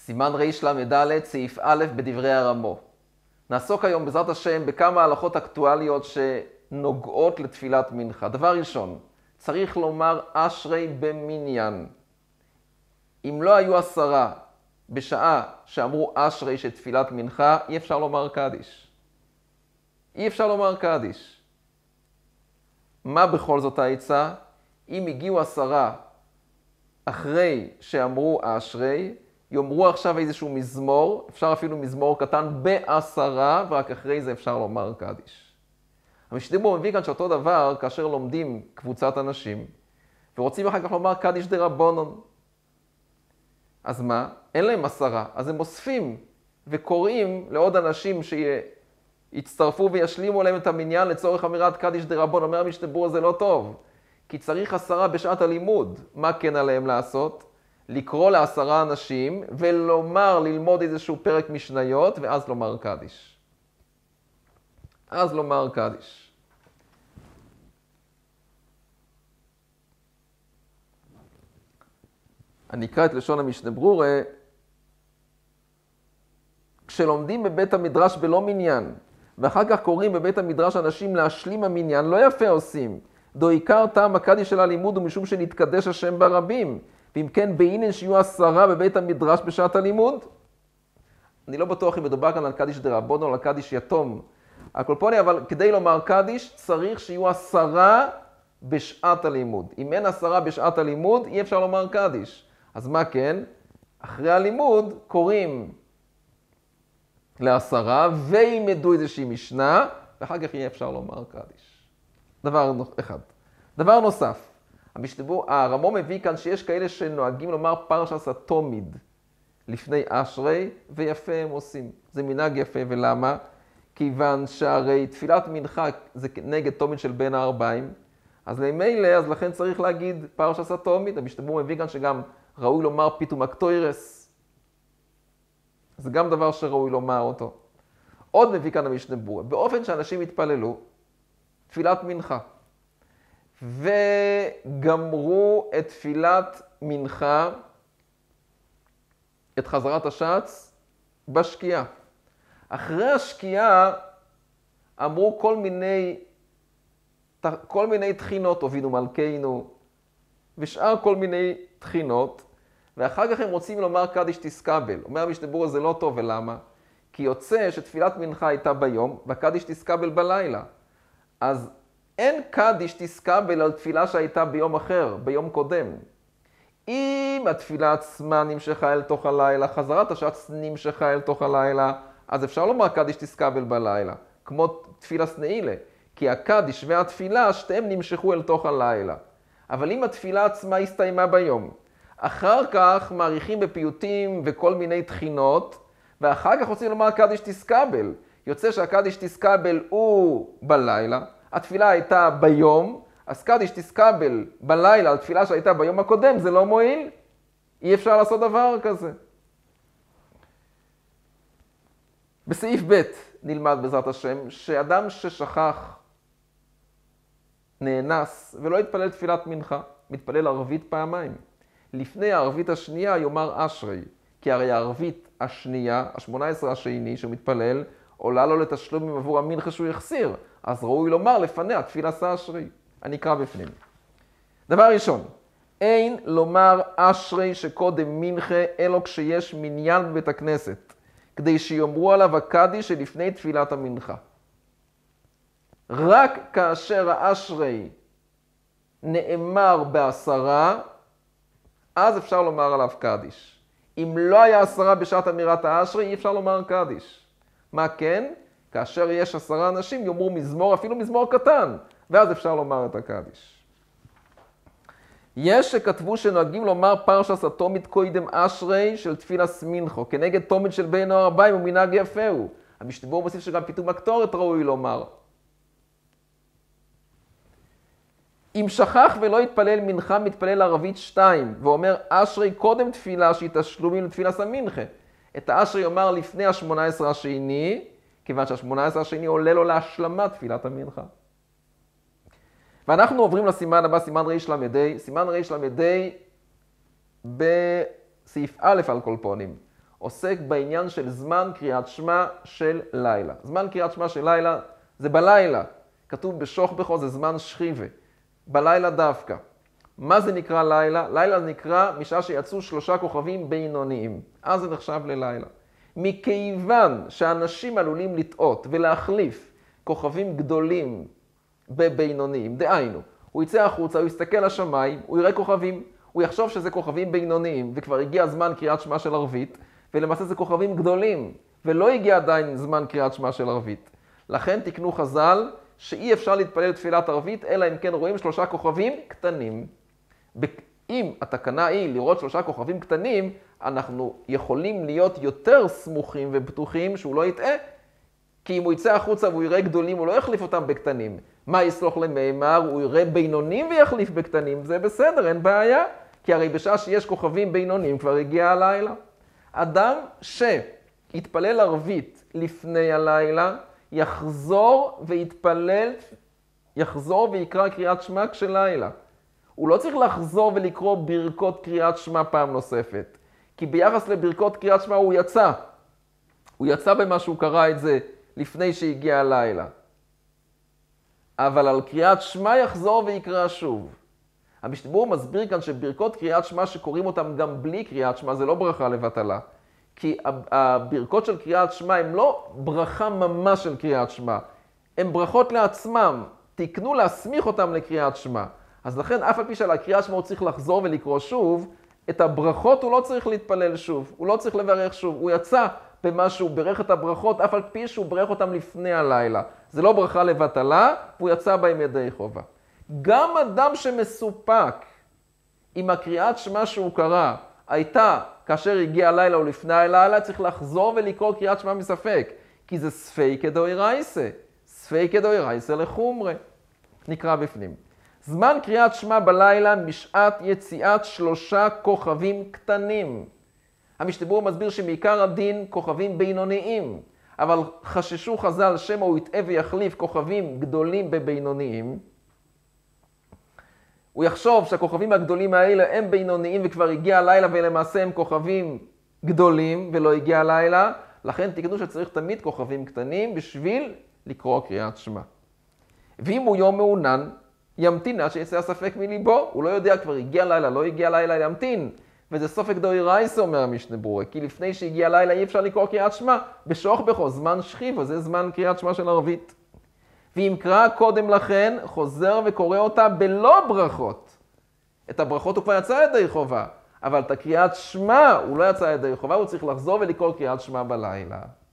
סימן רל"ד, סעיף א' בדברי הרמו. נעסוק היום בעזרת השם בכמה הלכות אקטואליות שנוגעות לתפילת מנחה. דבר ראשון, צריך לומר אשרי במניין. אם לא היו 10 בשעה שאמרו אשרי של תפילת מנחה, אי אפשר לומר קדיש. אי אפשר לומר קדיש. מה בכל זאת העצה? אם הגיעו 10 אחרי שאמרו אשרי, יאמרו עכשיו איזשהו מזמור, אפשר אפילו מזמור קטן ב10, ורק אחרי זה אפשר לומר קדיש. המשתמור מביא כאן שאותו דבר כאשר לומדים קבוצת אנשים, ורוצים אחר כך לומר קדיש דרבנן. אז מה? אין להם 10, אז הם אוספים וקוראים לעוד אנשים שיצטרפו וישלימו להם את המניין לצורך אמירת קדיש דרבנן. אומר המשתמור, זה לא טוב, כי צריך 10 בשעת הלימוד. מה כן עליהם לעשות? לקרוא ל10 אנשים ולומר, ללמוד איזשהו פרק משניות, ואז לומר קדיש. אז לומר קדיש. אני אקרא את לשון המשנה ברורה. כשלומדים בבית המדרש בלא מניין, ואחר כך קוראים בבית המדרש אנשים להשלים המניין, לא יפה עושים. דו עיקר טעם הקדיש של הלימוד ומשום שנתקדש השם ברבים. ואם כן, בעינן שיהיו 10 בבית המדרש בשעת הלימוד? אני לא בטוח אם מדובר כאן על קדיש דרבנן או על קדיש יתום. הקולפוני, אבל כדי לומר קדיש צריך שיהיו 10 בשעת הלימוד. אם אין 10 בשעת הלימוד, אי אפשר לומר קדיש. אז מה כן? אחרי הלימוד קוראים ל10 וילמדו איזושהי משנה, ואחר כך יהיה אפשר לומר קדיש. דבר אחד. דבר נוסף. הרמו מביא כאן שיש כאלה שנוהגים לומר פרשס התומיד לפני אשרי, ויפה הם עושים. זה מנהג יפה, ולמה? כיוון שהרי תפילת מנחה זה נגד תומיד של בין הערביים, אז למילא, אז לכן צריך להגיד פרשס התומיד. המשתמור מביא כאן שגם ראוי לומר פיתום אקטוירס. זה גם דבר שראוי לומר אותו. עוד מביא כאן המשתמור, באופן שאנשים יתפללו תפילת מנחה. וגמרו את תפילת מנחה, את חזרת השץ, בשקיעה. אחרי השקיעה אמרו כל מיני תחינות, הובינו מלכנו, ושאר כל מיני תחינות, ואחר כך הם רוצים לומר קדיש תסקבל. אומר המשתמור, זה לא טוב, ולמה? כי יוצא שתפילת מנחה הייתה ביום, והקדיש תסקבל בלילה. אז אין קדיש תסקבל על תפילה שהייתה ביום אחר, ביום קודם. אם התפילה עצמה נמשכה אל תוך הלילה, חזרת השץ נמשכה אל תוך הלילה, אז אפשר לומר קדיש תסקבל בלילה, כמו תפילה סנאילה, כי הקדיש והתפילה שתיהם נמשכו אל תוך הלילה. אבל אם התפילה עצמה הסתיימה ביום, אחר כך מעריכים בפיוטים וכל מיני תחינות, ואחר כך רוצים לומר קדיש תסקבל. יוצא שהקדיש תסקבל הוא בלילה, התפילה הייתה ביום, אז קדיש תסקבל בלילה על תפילה שהייתה ביום הקודם, זה לא מועיל. אי אפשר לעשות דבר כזה. בסעיף ב' נלמד בעזרת השם, שאדם ששכח, נאנס ולא יתפלל תפילת מנחה, מתפלל ערבית פעמיים. לפני הערבית השנייה יאמר אשרי, כי הרי הערבית השנייה, ה18 השני שמתפלל, עולה לו לתשלומים עבור המנחה שהוא יחסיר. אז ראוי לומר לפניה תפילה אשרי. אני אקרא בפנים. דבר ראשון, אין לומר אשרי שקודם מנחה אלו כשיש מניין בבית הכנסת, כדי שיאמרו עליו הקדיש שלפני תפילת המנחה. רק כאשר האשרי נאמר ב10, אז אפשר לומר עליו קדיש. אם לא היה 10 בשעת אמירת האשרי, אי אפשר לומר קדיש. מה כן? כאשר יש 10 אנשים, יאמרו מזמור, אפילו מזמור קטן, ואז אפשר לומר את הקדיש. יש שכתבו שנוהגים לומר פרשס התומיד קוידם אשרי של תפילת מנחה, כנגד תומיד של בין הערביים, ומנהג יפה הוא. המשתמור מוסיף שגם פיתום הקטורת ראוי לומר. אם שכח ולא יתפלל מנחה, מתפלל ערבית 2, ואומר אשרי קודם תפילה שהיא תשלומים לתפילת המנחה. את האשרי יאמר לפני ה18 השני, כיוון שה18 השני עולה לו להשלמת תפילת המנחה. ואנחנו עוברים לסימן הבא, סימן רל"ד. סימן רל"ד בסעיף א' על קולפונים. עוסק בעניין של זמן קריאת שמע של לילה. זמן קריאת שמע של לילה זה בלילה. כתוב בשוך בכו זה זמן שכיבה. בלילה דווקא. מה זה נקרא לילה? לילה זה נקרא משעה שיצאו 3 כוכבים בינוניים. אז זה נחשב ללילה. מכיוון שאנשים עלולים לטעות ולהחליף כוכבים גדולים בבינוניים, דהיינו, הוא יצא החוצה, הוא יסתכל לשמיים, הוא יראה כוכבים, הוא יחשוב שזה כוכבים בינוניים, וכבר הגיע זמן קריאת שמע של ערבית, ולמעשה זה כוכבים גדולים, ולא הגיע עדיין זמן קריאת שמע של ערבית. לכן תקנו חז"ל שאי אפשר להתפלל תפילת ערבית, אלא אם כן רואים 3 כוכבים קטנים. אם התקנה היא לראות 3 כוכבים קטנים, אנחנו יכולים להיות יותר סמוכים ובטוחים שהוא לא יטעה, כי אם הוא יצא החוצה והוא יראה גדולים, הוא לא יחליף אותם בקטנים. מה יסלוח למאמר? הוא יראה בינונים ויחליף בקטנים. זה בסדר, אין בעיה. כי הרי בשעה שיש כוכבים בינונים כבר הגיע הלילה. אדם שהתפלל ערבית לפני הלילה, יחזור ויקרא קריאת שמע כשלילה. הוא לא צריך לחזור ולקרוא ברכות קריאת שמע פעם נוספת. כי ביחס לברכות קריאת שמע הוא יצא. הוא יצא במה שהוא קרא את זה לפני שהגיע הלילה. אבל על קריאת שמע יחזור ויקרא שוב. המשנה מסביר כאן שברכות קריאת שמע שקוראים אותם גם בלי קריאת שמע זה לא ברכה לבטלה. כי הברכות של קריאת שמע הן לא ברכה ממש של קריאת שמע. הן ברכות לעצמם. תקנו להסמיך אותם לקריאת שמע. אז לכן אף על פי שעל הקריאת שמע הוא צריך לחזור ולקרוא שוב, את הברכות הוא לא צריך להתפלל שוב. הוא לא צריך לברך שוב. הוא יצא במה שהוא ברך את הברכות, אף על פי שהוא ברך אותם לפני הלילה. זה לא ברכה לבטלה, והוא יצא בהם ידי חובה. גם אדם שמסופק עם הקריאת שמע שהוא קרא, הייתה כאשר הגיע הלילה או לפני הלילה, צריך לחזור ולקרוא קריאת שמע מספק, כי זה ספיקא דאורייתא, ספיקא דאורייתא לחומרא. נקרא בפנים. זמן קריאת שמע בלילה משעת יציאת 3 כוכבים קטנים. המשנה מסביר שמעיקר הדין כוכבים בינוניים, אבל חששו חז"ל שמא הוא יטעה ויחליף כוכבים גדולים בבינוניים. הוא יחשוב שהכוכבים הגדולים האלה הם בינוניים וכבר הגיע הלילה ולמעשה הם כוכבים גדולים ולא הגיע הלילה. לכן תקנו שצריך תמיד כוכבים קטנים בשביל לקרוא קריאת שמע. ואם הוא יום מעונן, ימתין עד שיצא הספק מליבו. הוא לא יודע כבר הגיע הלילה, לא הגיע הלילה, ימתין. וזה ספק דאורייתא אומר המשנה ברורה, כי לפני שהגיע הלילה אי אפשר לקרוא קריאת שמע. בשוך בכו, זמן שכיבה, זה זמן קריאת שמע של ערבית. ואם קרא קודם לכן, חוזר וקורא אותה בלא ברכות. את הברכות הוא כבר יצא ידי חובה, אבל את הקריאת שמע הוא לא יצא ידי חובה, הוא צריך לחזור ולקרוא קריאת שמע בלילה.